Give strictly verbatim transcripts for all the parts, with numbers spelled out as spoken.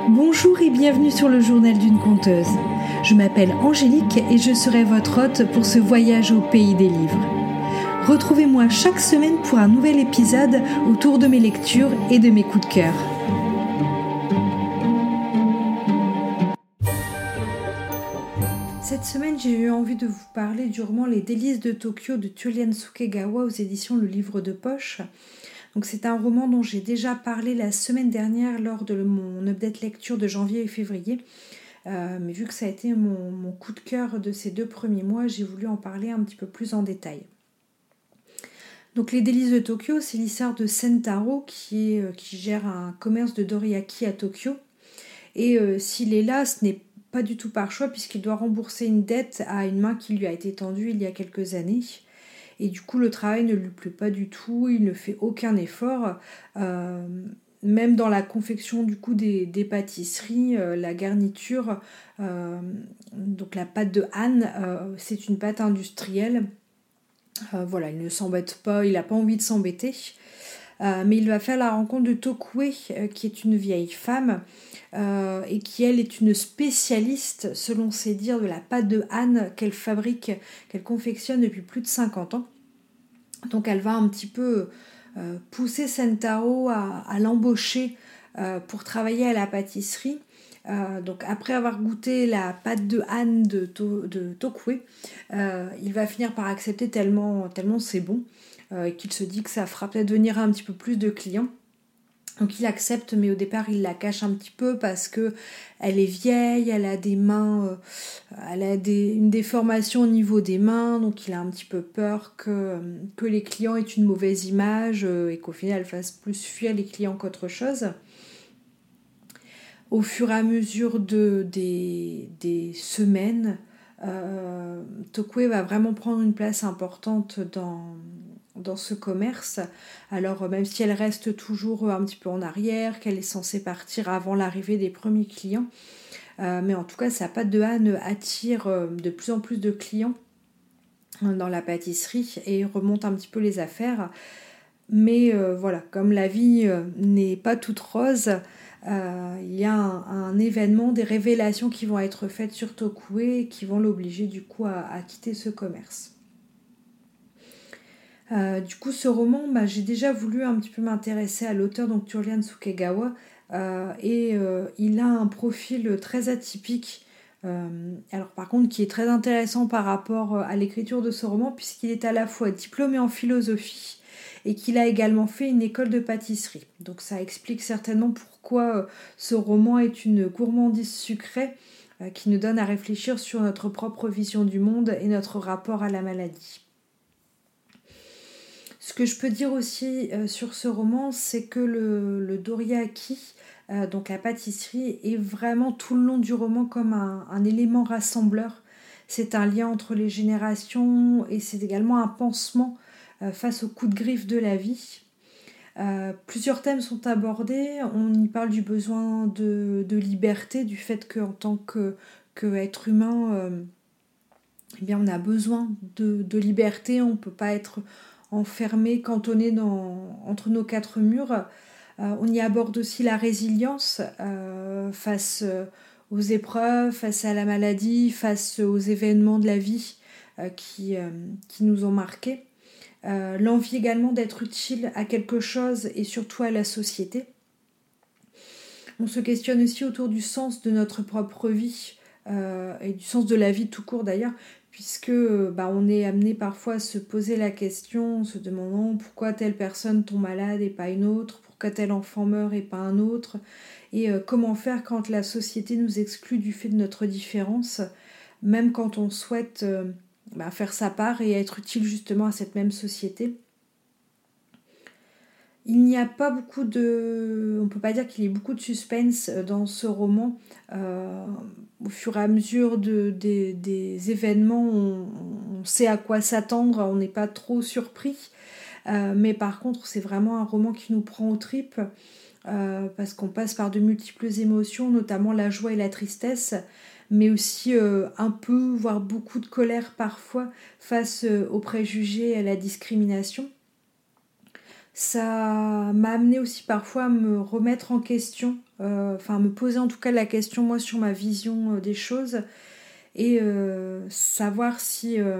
Bonjour et bienvenue sur le journal d'une conteuse. Je m'appelle Angélique et je serai votre hôte pour ce voyage au pays des livres. Retrouvez-moi chaque semaine pour un nouvel épisode autour de mes lectures et de mes coups de cœur. Cette semaine, j'ai eu envie de vous parler du roman Les délices de Tokyo de Turian Sukegawa aux éditions Le Livre de Poche. Donc c'est un roman dont j'ai déjà parlé la semaine dernière lors de mon update lecture de janvier et février. Euh, mais vu que ça a été mon, mon coup de cœur de ces deux premiers mois, j'ai voulu en parler un petit peu plus en détail. Donc Les délices de Tokyo, c'est l'histoire de Sentaro qui, est, euh, qui gère un commerce de dorayaki à Tokyo. Et euh, s'il est là, ce n'est pas du tout par choix puisqu'il doit rembourser une dette à une main qui lui a été tendue il y a quelques années. Et du coup, le travail ne lui plaît pas du tout, il ne fait aucun effort. Euh, même dans la confection du coup des, des pâtisseries, euh, la garniture, euh, donc la pâte de Han, euh, c'est une pâte industrielle. Euh, voilà, il ne s'embête pas, il n'a pas envie de s'embêter. Euh, mais il va faire la rencontre de Tokue, euh, qui est une vieille femme, euh, et qui, elle, est une spécialiste, selon ses dires, de la pâte de Han qu'elle fabrique, qu'elle confectionne depuis plus de cinquante ans. Donc elle va un petit peu euh, pousser Sentaro à, à l'embaucher euh, pour travailler à la pâtisserie. Euh, donc après avoir goûté la pâte de Han de, to, de Tokue, euh, il va finir par accepter tellement, tellement c'est bon, euh, qu'il se dit que ça fera peut-être venir un petit peu plus de clients. Donc il accepte, mais au départ il la cache un petit peu parce que elle est vieille, elle a des mains, euh, elle a des, une déformation au niveau des mains, donc il a un petit peu peur que, que les clients aient une mauvaise image euh, et qu'au final elle fasse plus fuir les clients qu'autre chose. Au fur et à mesure de, des, des semaines, euh, Tokue va vraiment prendre une place importante dans... dans ce commerce. Alors même si elle reste toujours un petit peu en arrière, qu'elle est censée partir avant l'arrivée des premiers clients, euh, mais en tout cas sa pâte de Han attire de plus en plus de clients dans la pâtisserie et remonte un petit peu les affaires. Mais euh, voilà, comme la vie euh, n'est pas toute rose, euh, il y a un, un événement, des révélations qui vont être faites sur Tokue et qui vont l'obliger du coup à, à quitter ce commerce. Euh, du coup, ce roman, bah, j'ai déjà voulu un petit peu m'intéresser à l'auteur, donc Turian Sukegawa, euh, et euh, il a un profil très atypique, euh, alors par contre qui est très intéressant par rapport à l'écriture de ce roman, puisqu'il est à la fois diplômé en philosophie et qu'il a également fait une école de pâtisserie. Donc ça explique certainement pourquoi euh, ce roman est une gourmandise sucrée euh, qui nous donne à réfléchir sur notre propre vision du monde et notre rapport à la maladie. Ce que je peux dire aussi euh, sur ce roman, c'est que le, le dorayaki, euh, donc la pâtisserie, est vraiment tout le long du roman comme un, un élément rassembleur. C'est un lien entre les générations et c'est également un pansement euh, face aux coups de griffe de la vie. Euh, plusieurs thèmes sont abordés. On y parle du besoin de, de liberté, du fait qu'en tant que, que être humain, euh, eh bien, on a besoin de, de liberté. On ne peut pas être enfermé, cantonné dans, entre nos quatre murs. Euh, on y aborde aussi la résilience euh, face euh, aux épreuves, face à la maladie, face aux événements de la vie euh, qui, euh, qui nous ont marqués. Euh, l'envie également d'être utile à quelque chose et surtout à la société. On se questionne aussi autour du sens de notre propre vie euh, et du sens de la vie tout court d'ailleurs, puisque bah, on est amené parfois à se poser la question en se demandant pourquoi telle personne tombe malade et pas une autre, pourquoi tel enfant meurt et pas un autre, et euh, comment faire quand la société nous exclut du fait de notre différence, même quand on souhaite euh, bah, faire sa part et être utile justement à cette même société. Il n'y a pas beaucoup de... On ne peut pas dire qu'il y ait beaucoup de suspense dans ce roman. Euh, au fur et à mesure de, des, des événements, on, on sait à quoi s'attendre, on n'est pas trop surpris. Euh, mais par contre, c'est vraiment un roman qui nous prend aux tripes, euh, parce qu'on passe par de multiples émotions, notamment la joie et la tristesse, mais aussi euh, un peu, voire beaucoup de colère parfois, face euh, aux préjugés et à la discrimination. Ça m'a amené aussi parfois à me remettre en question, euh, enfin me poser en tout cas la question moi sur ma vision euh, des choses et euh, savoir si, euh,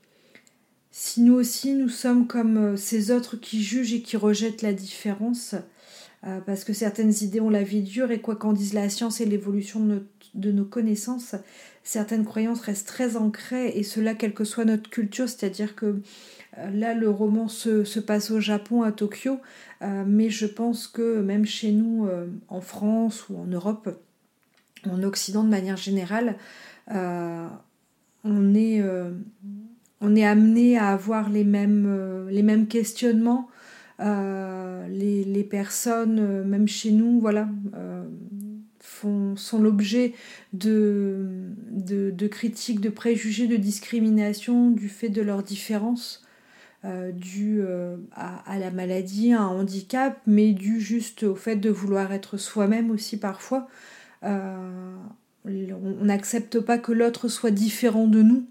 si nous aussi nous sommes comme euh, ces autres qui jugent et qui rejettent la différence, euh, parce que certaines idées ont la vie dure et quoi qu'en dise la science et l'évolution de, notre, de nos connaissances, certaines croyances restent très ancrées et cela quelle que soit notre culture, c'est-à-dire que là, le roman se, se passe au Japon, à Tokyo, euh, mais je pense que même chez nous, euh, en France ou en Europe, en Occident de manière générale, euh, on est, euh, on est amené à avoir les mêmes, euh, les mêmes questionnements. Euh, les, les personnes, euh, même chez nous, voilà, euh, font, sont l'objet de, de, de critiques, de préjugés, de discrimination du fait de leurs différences. Euh, dû euh, à, à la maladie, à un handicap, mais dû juste au fait de vouloir être soi-même aussi parfois. Euh, on n'accepte pas que l'autre soit différent de nous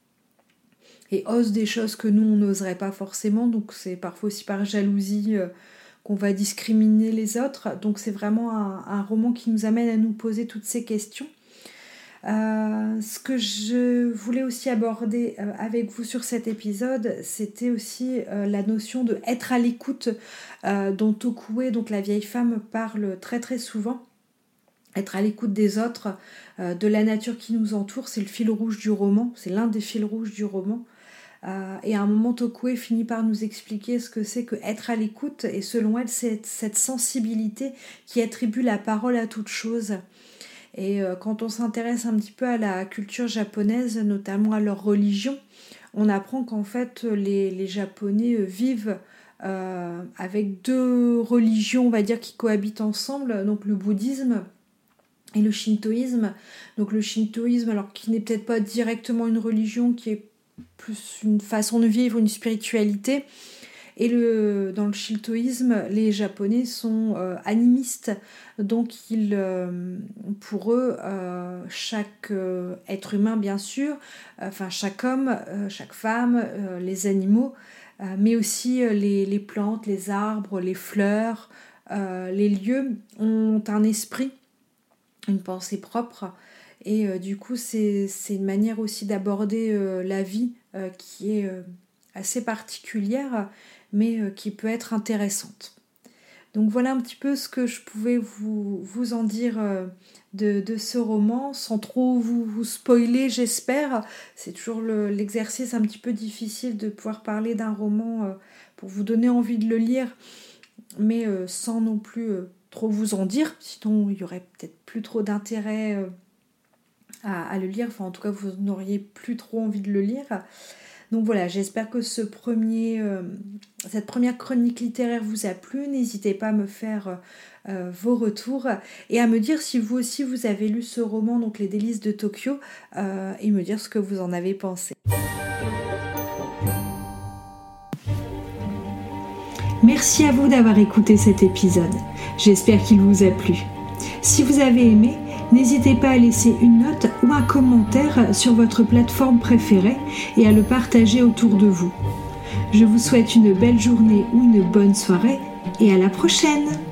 et ose des choses que nous on n'oserait pas forcément, donc c'est parfois aussi par jalousie euh, qu'on va discriminer les autres. Donc c'est vraiment un, un roman qui nous amène à nous poser toutes ces questions. Euh, ce que je voulais aussi aborder euh, avec vous sur cet épisode, c'était aussi euh, la notion de être à l'écoute euh, dont Tokue, donc la vieille femme, parle très très souvent. Être à l'écoute des autres, euh, de la nature qui nous entoure, c'est le fil rouge du roman, c'est l'un des fils rouges du roman. Euh, et à un moment, Tokue finit par nous expliquer ce que c'est que être à l'écoute, et selon elle, c'est cette sensibilité qui attribue la parole à toute chose. Et euh, quand on s'intéresse un petit peu à la culture japonaise, notamment à leur religion, on apprend qu'en fait les, les Japonais euh, vivent euh, avec deux religions, on va dire, qui cohabitent ensemble, donc le bouddhisme et le shintoïsme. Donc le shintoïsme, alors qui n'est peut-être pas directement une religion, qui est plus une façon de vivre, une spiritualité. Et le, dans le shintoïsme, les Japonais sont euh, animistes, donc ils, euh, pour eux, euh, chaque euh, être humain, bien sûr, euh, enfin chaque homme, euh, chaque femme, euh, les animaux, euh, mais aussi euh, les, les plantes, les arbres, les fleurs, euh, les lieux ont un esprit, une pensée propre. Et euh, du coup, c'est, c'est une manière aussi d'aborder euh, la vie euh, qui est euh, assez particulière, mais euh, qui peut être intéressante. Donc voilà un petit peu ce que je pouvais vous, vous en dire euh, de, de ce roman, sans trop vous, vous spoiler, j'espère. C'est toujours le, l'exercice un petit peu difficile de pouvoir parler d'un roman euh, pour vous donner envie de le lire, mais euh, sans non plus euh, trop vous en dire, sinon il y aurait peut-être plus trop d'intérêt euh, à, à le lire, enfin en tout cas vous n'auriez plus trop envie de le lire. Donc voilà, j'espère que ce premier, euh, cette première chronique littéraire vous a plu. N'hésitez pas à me faire euh, vos retours et à me dire si vous aussi vous avez lu ce roman, donc Les Délices de Tokyo, euh, et me dire ce que vous en avez pensé. Merci à vous d'avoir écouté cet épisode. J'espère qu'il vous a plu. Si vous avez aimé, n'hésitez pas à laisser une note ou un commentaire sur votre plateforme préférée et à le partager autour de vous. Je vous souhaite une belle journée ou une bonne soirée et à la prochaine!